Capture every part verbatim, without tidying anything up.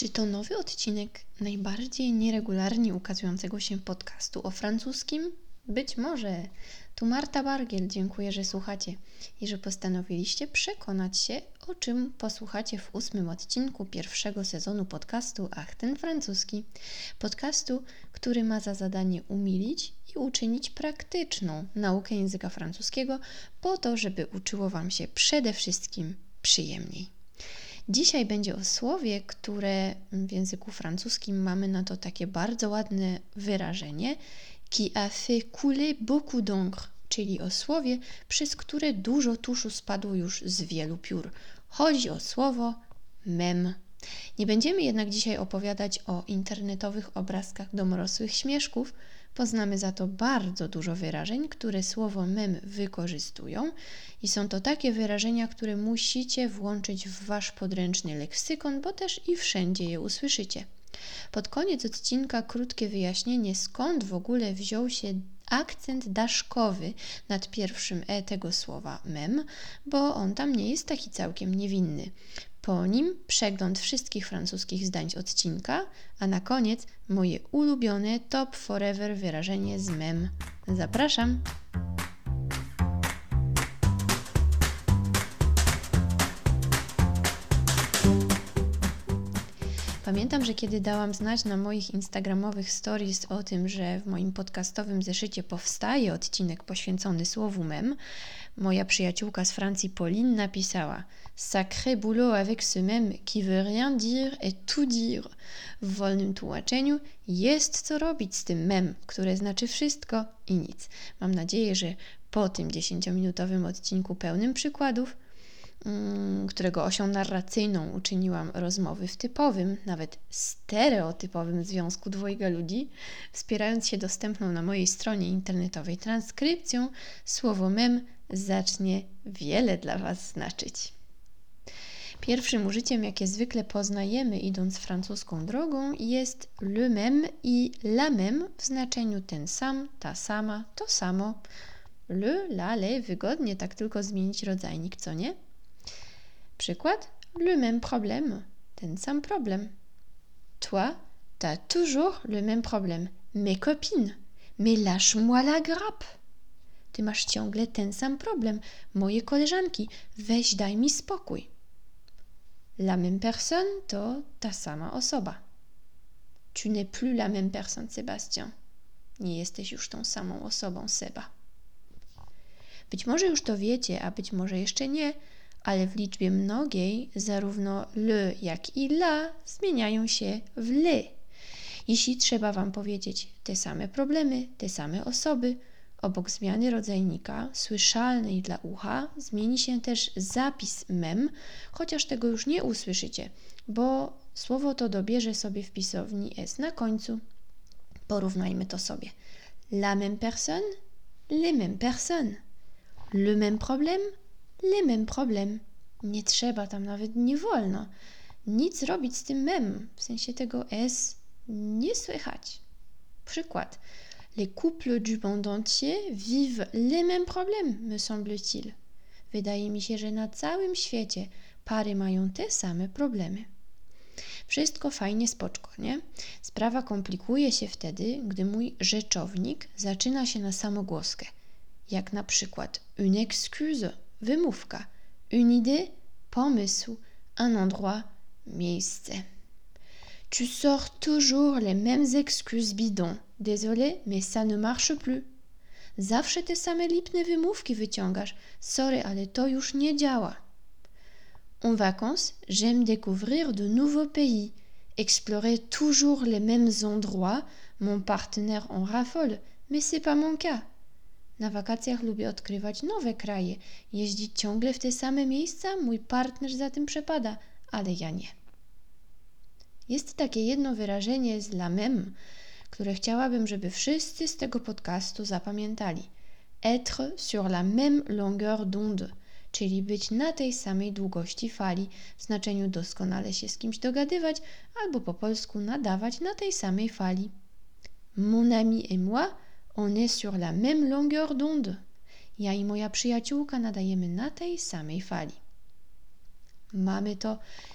Czy to nowy odcinek najbardziej nieregularnie ukazującego się podcastu o francuskim? Być może. Tu Marta Bargiel, dziękuję, że słuchacie i że postanowiliście przekonać się, o czym posłuchacie w ósmym odcinku pierwszego sezonu podcastu Ach, ten francuski. Podcastu, który ma za zadanie umilić i uczynić praktyczną naukę języka francuskiego po to, żeby uczyło Wam się przede wszystkim przyjemniej. Dzisiaj będzie o słowie, które w języku francuskim mamy na to takie bardzo ładne wyrażenie qui a fait couler beaucoup d'encre, czyli o słowie, przez które dużo tuszu spadło już z wielu piór. Chodzi o słowo mème. Nie będziemy jednak dzisiaj opowiadać o internetowych obrazkach domorosłych śmieszków. Poznamy za to bardzo dużo wyrażeń, które słowo mème wykorzystują i są to takie wyrażenia, które musicie włączyć w wasz podręczny leksykon, bo też i wszędzie je usłyszycie. Pod koniec odcinka krótkie wyjaśnienie, skąd w ogóle wziął się akcent daszkowy nad pierwszym e tego słowa mème, bo on tam nie jest taki całkiem niewinny. Po nim przegląd wszystkich francuskich zdań z odcinka, a na koniec moje ulubione top forever wyrażenie z mem. Zapraszam! Pamiętam, że kiedy dałam znać na moich instagramowych stories o tym, że w moim podcastowym zeszycie powstaje odcinek poświęcony słowu mem, moja przyjaciółka z Francji Pauline napisała: Sacré boulot avec ce mème qui veut rien dire et tout dire. W wolnym tłumaczeniu jest co robić z tym mem, które znaczy wszystko i nic. Mam nadzieję, że po tym dziesięciominutowym odcinku pełnym przykładów, którego osią narracyjną uczyniłam rozmowy w typowym, nawet stereotypowym związku dwojga ludzi, wspierając się dostępną na mojej stronie internetowej transkrypcją, słowo mem zacznie wiele dla Was znaczyć. Pierwszym użyciem, jakie zwykle poznajemy idąc francuską drogą, jest le même i la même w znaczeniu ten sam, ta sama, to samo. Le, la, le, wygodnie tak tylko zmienić rodzajnik, co nie? Przykład, le même problème, ten sam problem. Toi, t'as toujours le même problème. Mes copines, mais lâche-moi la grappe. Ty masz ciągle ten sam problem. Moje koleżanki, weź daj mi spokój. La même personne to ta sama osoba. Tu n'es plus la même personne, Sébastien. Nie jesteś już tą samą osobą, Seba. Być może już to wiecie, a być może jeszcze nie, ale w liczbie mnogiej zarówno le, jak i la zmieniają się w le. Jeśli trzeba Wam powiedzieć te same problemy, te same osoby, obok zmiany rodzajnika słyszalnej dla ucha zmieni się też zapis mem, chociaż tego już nie usłyszycie, bo słowo to dobierze sobie w pisowni s na końcu. Porównajmy to sobie. La même personne, les mêmes personnes. Le même problème, les mêmes problèmes. Nie trzeba tam, nawet nie wolno nic robić z tym mem, w sensie tego s nie słychać. Przykład. Les couples du monde entier vivent les mêmes problèmes, me semble-t-il. Wydaje mi się, że na całym świecie pary mają te same problemy. Wszystko fajnie spoczko, nie? Sprawa komplikuje się wtedy, gdy mój rzeczownik zaczyna się na samogłoskę. Jak na przykład une excuse, wymówka, une idée, pomysł, un endroit, miejsce. Tu sors toujours les mêmes excuses bidons. Désolé, mais ça ne marche plus. Zawsze te same lipne wymówki wyciągasz. Sorry, ale to już nie działa. En vacances, j'aime découvrir de nouveaux pays. Explorer toujours les mêmes endroits. Mon partenaire en raffole, mais c'est pas mon cas. Na wakacjach lubię odkrywać nowe kraje. Jeździć ciągle w te same miejsca, mój partner za tym przepada, ale ja nie. Jest takie jedno wyrażenie z la même, które chciałabym, żeby wszyscy z tego podcastu zapamiętali. Être sur la même longueur d'onde, czyli być na tej samej długości fali, w znaczeniu doskonale się z kimś dogadywać, albo po polsku nadawać na tej samej fali. Mon ami et moi, on est sur la même longueur d'onde. Ja i moja przyjaciółka nadajemy na tej samej fali. Mamy to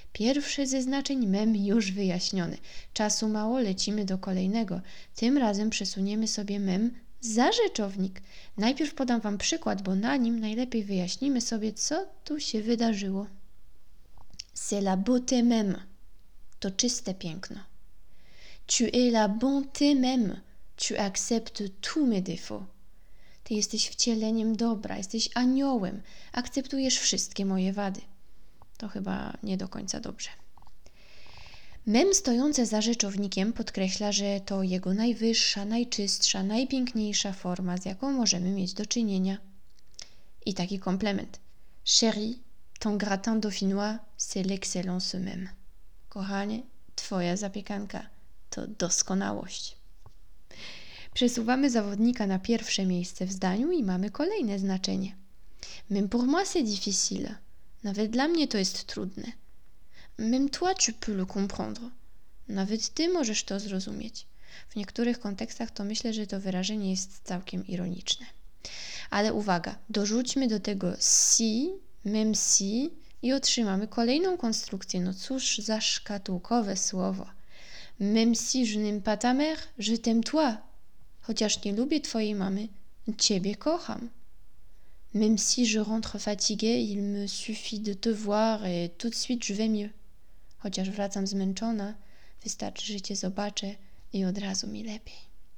Pierwsze ze znaczeń mem już wyjaśnione. Czasu mało, lecimy do kolejnego. Tym razem przesuniemy sobie mem za rzeczownik. Najpierw podam Wam przykład, bo na nim najlepiej wyjaśnimy sobie, co tu się wydarzyło. C'est la beauté même. To czyste piękno. Tu es la bonté même. Tu acceptes tous mes défauts. Ty jesteś wcieleniem dobra, jesteś aniołem, akceptujesz wszystkie moje wady. To chyba nie do końca dobrze. Mem stojące za rzeczownikiem podkreśla, że to jego najwyższa, najczystsza, najpiękniejsza forma, z jaką możemy mieć do czynienia. I taki komplement. Chérie, ton gratin dauphinois, c'est l'excellence même. Kochanie, twoja zapiekanka to doskonałość. Przesuwamy zawodnika na pierwsze miejsce w zdaniu i mamy kolejne znaczenie. Même pour moi c'est difficile. Nawet dla mnie to jest trudne. Même toi tu peux le comprendre. Nawet ty możesz to zrozumieć. W niektórych kontekstach to myślę, że to wyrażenie jest całkiem ironiczne. Ale uwaga, dorzućmy do tego si, même si i otrzymamy kolejną konstrukcję. No cóż za szkatułkowe słowo. Même si je n'aime pas ta mère, je t'aime toi. Chociaż nie lubię twojej mamy, ciebie kocham. Même si je rentre fatiguée, il me suffit de te voir et tout de suite je vais mieux. Chociaż wracam zmęczona, wystarczy, że cię zobaczę i od razu mi lepiej.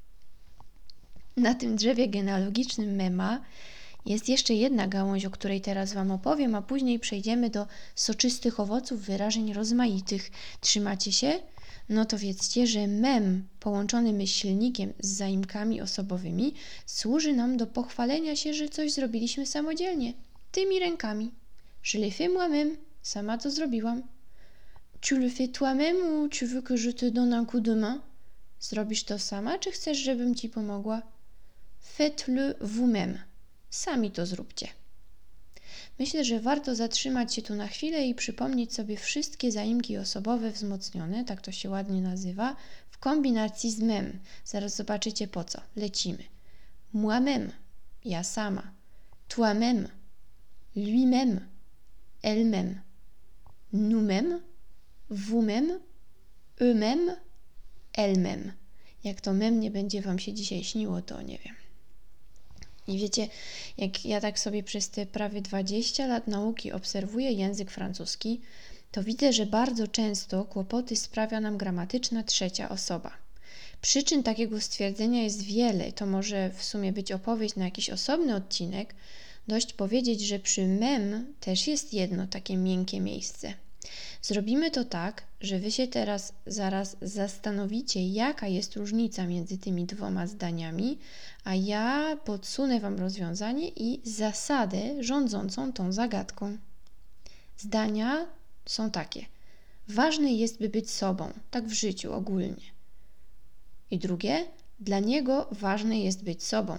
Na tym drzewie genealogicznym mema jest jeszcze jedna gałąź, o której teraz Wam opowiem, a później przejdziemy do soczystych owoców, wyrażeń rozmaitych. Trzymacie się? No to wiedzcie, że mem połączony myślnikiem z zaimkami osobowymi służy nam do pochwalenia się, że coś zrobiliśmy samodzielnie, tymi rękami. Je l'ai fait moi-même, sama to zrobiłam. Tu le fais toi-même ou tu veux que je te donne un coup de main? Zrobisz to sama, czy chcesz, żebym Ci pomogła? Faites-le vous-même. Sami to zróbcie. Myślę, że warto zatrzymać się tu na chwilę i przypomnieć sobie wszystkie zaimki osobowe wzmocnione, tak to się ładnie nazywa, w kombinacji z mem. Zaraz zobaczycie po co. Lecimy. Moi-même, ja sama. Toi-même, lui-même, elle-même. Nous-mêmes, vous-même, eux-mêmes, elles-mêmes. Jak to mem nie będzie Wam się dzisiaj śniło, to nie wiem. I wiecie, jak ja tak sobie przez te prawie dwadzieścia lat nauki obserwuję język francuski, to widzę, że bardzo często kłopoty sprawia nam gramatyczna trzecia osoba. Przyczyn takiego stwierdzenia jest wiele, to może w sumie być opowieść na jakiś osobny odcinek. Dość powiedzieć, że przy mem też jest jedno takie miękkie miejsce. Zrobimy to tak, że Wy się teraz zaraz zastanowicie, jaka jest różnica między tymi dwoma zdaniami, a ja podsunę Wam rozwiązanie i zasadę rządzącą tą zagadką. Zdania są takie. Ważne jest, by być sobą, tak w życiu ogólnie. I drugie, dla niego ważne jest być sobą.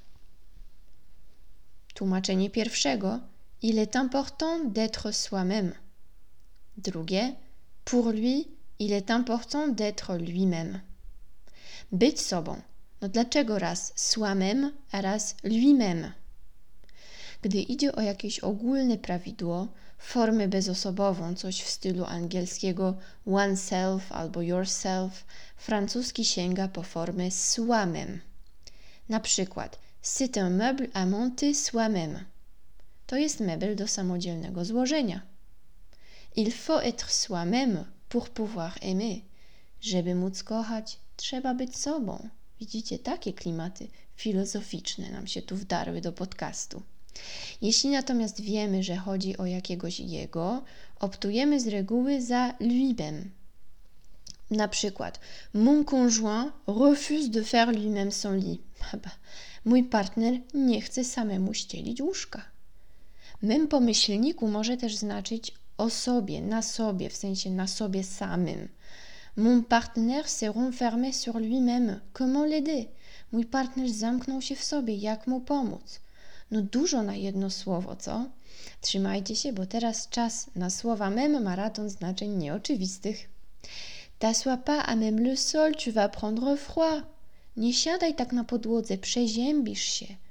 Tłumaczenie pierwszego. Il est important d'être soi-même. Drugie, pour lui, il est important d'être lui-même. Być sobą. No dlaczego raz soi-même, a raz lui-même? Gdy idzie o jakieś ogólne prawidło, formę bezosobową, coś w stylu angielskiego oneself albo yourself, francuski sięga po formę soi-même. Na przykład, c'est un meuble à monter soi-même. To jest mebel do samodzielnego złożenia. Il faut être soi-même pour pouvoir aimer. Żeby móc kochać, trzeba być sobą. Widzicie, takie klimaty filozoficzne nam się tu wdarły do podcastu. Jeśli natomiast wiemy, że chodzi o jakiegoś jego, optujemy z reguły za lui-même. Na przykład, mon conjoint refuse de faire lui-même son lit. Mój partner nie chce samemu ścielić łóżka. Mem po myślniku może też znaczyć o sobie, na sobie, w sensie na sobie samym. Mon partenaire s'est renfermé sur lui-même. Comment l'aider? Mój partner zamknął się w sobie. Jak mu pomóc? No dużo na jedno słowo, co? Trzymajcie się, bo teraz czas na słowa mem, maraton znaczeń nieoczywistych. T'assois pas à même le sol, tu vas prendre froid. Nie siadaj tak na podłodze, przeziębisz się.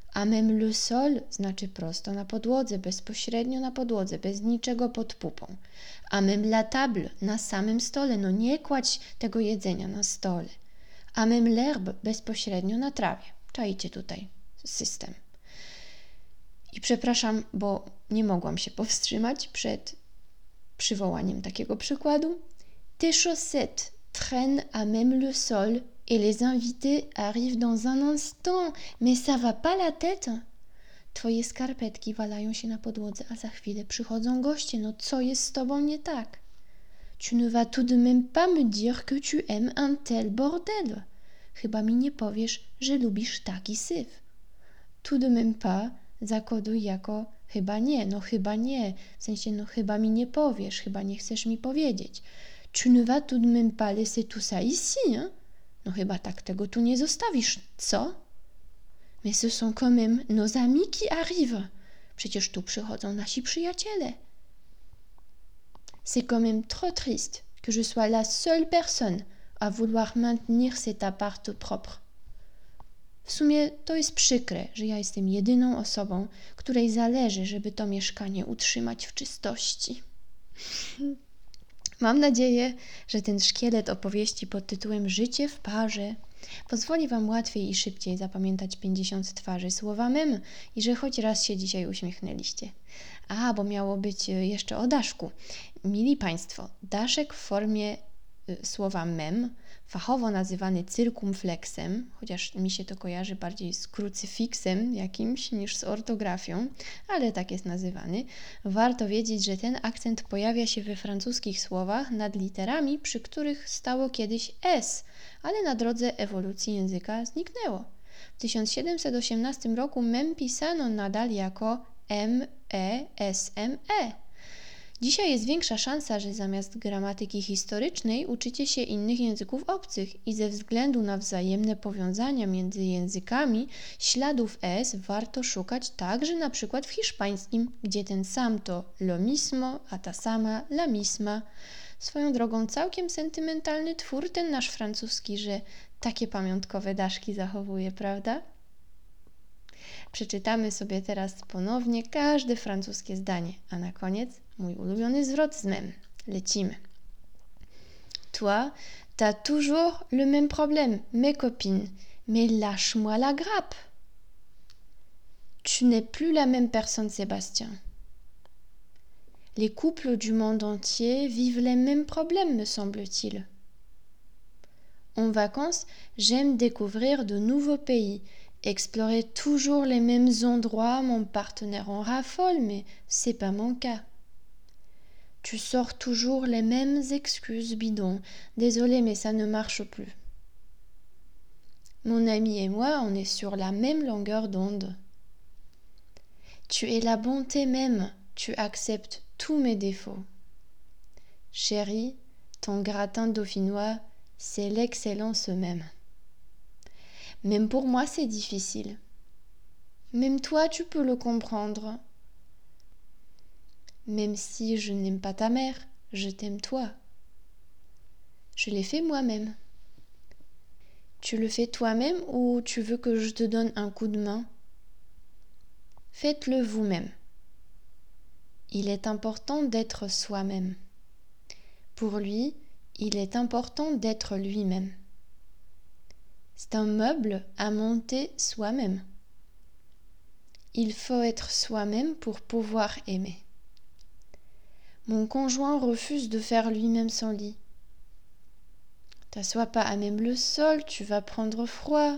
A même le sol znaczy prosto na podłodze, bezpośrednio na podłodze, bez niczego pod pupą. A même la table, na samym stole, no nie kładź tego jedzenia na stole. A même l'herbe, bezpośrednio na trawie. Czajcie tutaj system. I przepraszam, bo nie mogłam się powstrzymać przed przywołaniem takiego przykładu. Tes chaussettes traînent à même le sol et les invités arrivent dans un instant. Mais ça va pas la tête? Twoje skarpetki walają się na podłodze, a za chwilę przychodzą goście. No co jest z tobą nie tak? Tu ne vas tout de même pas me dire que tu aimes un tel bordel. Chyba mi nie powiesz, że lubisz taki syf. Tout de même pas zakoduj jako chyba nie, no chyba nie. W sensie, no chyba mi nie powiesz, chyba nie chcesz mi powiedzieć. Tu ne vas tout de même pas laisser tout ça ici, hein? No chyba tak tego tu nie zostawisz, co? Mais ce sont quand même nos amis qui arrivent. Przecież tu przychodzą nasi przyjaciele. C'est quand même trop triste que je sois la seule personne à vouloir maintenir cet appart propre. W sumie to jest przykre, że ja jestem jedyną osobą, której zależy, żeby to mieszkanie utrzymać w czystości. Mam nadzieję, że ten szkielet opowieści pod tytułem Życie w parze pozwoli Wam łatwiej i szybciej zapamiętać pięćdziesiąt twarzy słowa mem i że choć raz się dzisiaj uśmiechnęliście. A, bo miało być jeszcze o daszku. Mili Państwo, daszek w formie y, słowa mem, fachowo nazywany cyrkumfleksem, chociaż mi się to kojarzy bardziej z krucyfiksem jakimś niż z ortografią, ale tak jest nazywany. Warto wiedzieć, że ten akcent pojawia się we francuskich słowach nad literami, przy których stało kiedyś S, ale na drodze ewolucji języka zniknęło. W tysiąc siedemset osiemnastym roku mem pisano nadal jako M E S M E. Dzisiaj jest większa szansa, że zamiast gramatyki historycznej uczycie się innych języków obcych i ze względu na wzajemne powiązania między językami śladów S warto szukać także na przykład w hiszpańskim, gdzie ten sam to lo mismo, a ta sama la misma. Swoją drogą całkiem sentymentalny twór ten nasz francuski, że takie pamiątkowe daszki zachowuje, prawda? Przeczytamy sobie teraz ponownie każde francuskie zdanie, a na koniec mój ulubiony zwrot z mem. Lecimy. Toi, t'as toujours le même problème, mes copines, mais lâche-moi la grappe. Tu n'es plus la même personne, Sébastien. Les couples du monde entier vivent les mêmes problèmes, me semble-t-il. En vacances, j'aime découvrir de nouveaux pays, explorer toujours les mêmes endroits, mon partenaire en raffole, mais c'est pas mon cas. Tu sors toujours les mêmes excuses bidons. Désolé, mais ça ne marche plus. Mon ami et moi, on est sur la même longueur d'onde. Tu es la bonté même, tu acceptes tous mes défauts. Chérie, ton gratin dauphinois, c'est l'excellence même. Même pour moi, c'est difficile. Même toi, tu peux le comprendre. Même si je n'aime pas ta mère, je t'aime toi. Je l'ai fait moi-même. Tu le fais toi-même ou tu veux que je te donne un coup de main? Faites-le vous-même. Il est important d'être soi-même. Pour lui, il est important d'être lui-même. C'est un meuble à monter soi-même. Il faut être soi-même pour pouvoir aimer. Mon conjoint refuse de faire lui-même son lit. T'assois pas à même le sol, tu vas prendre froid.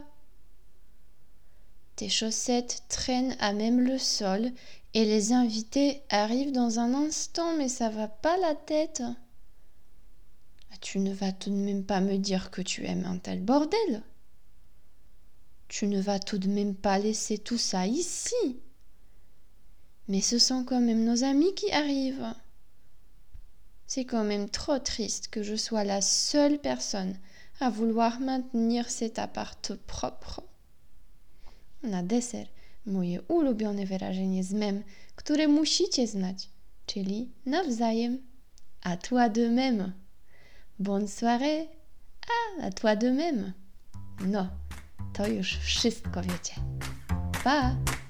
Tes chaussettes traînent à même le sol et les invités arrivent dans un instant, mais ça va pas la tête. Tu ne vas tout de même pas me dire que tu aimes un tel bordel. Tu ne vas tout de même pas laisser tout ça ici. Mais ce sont quand même nos amis qui arrivent. C'est quand même trop triste que je sois la seule personne à vouloir maintenir cet appart propre. Na deser moje ulubione wyrażenie z mem, które musicie znać, czyli nawzajem. À toi de même. Bonne soirée. Ah, à toi de même. No, to już wszystko wiecie. Pa!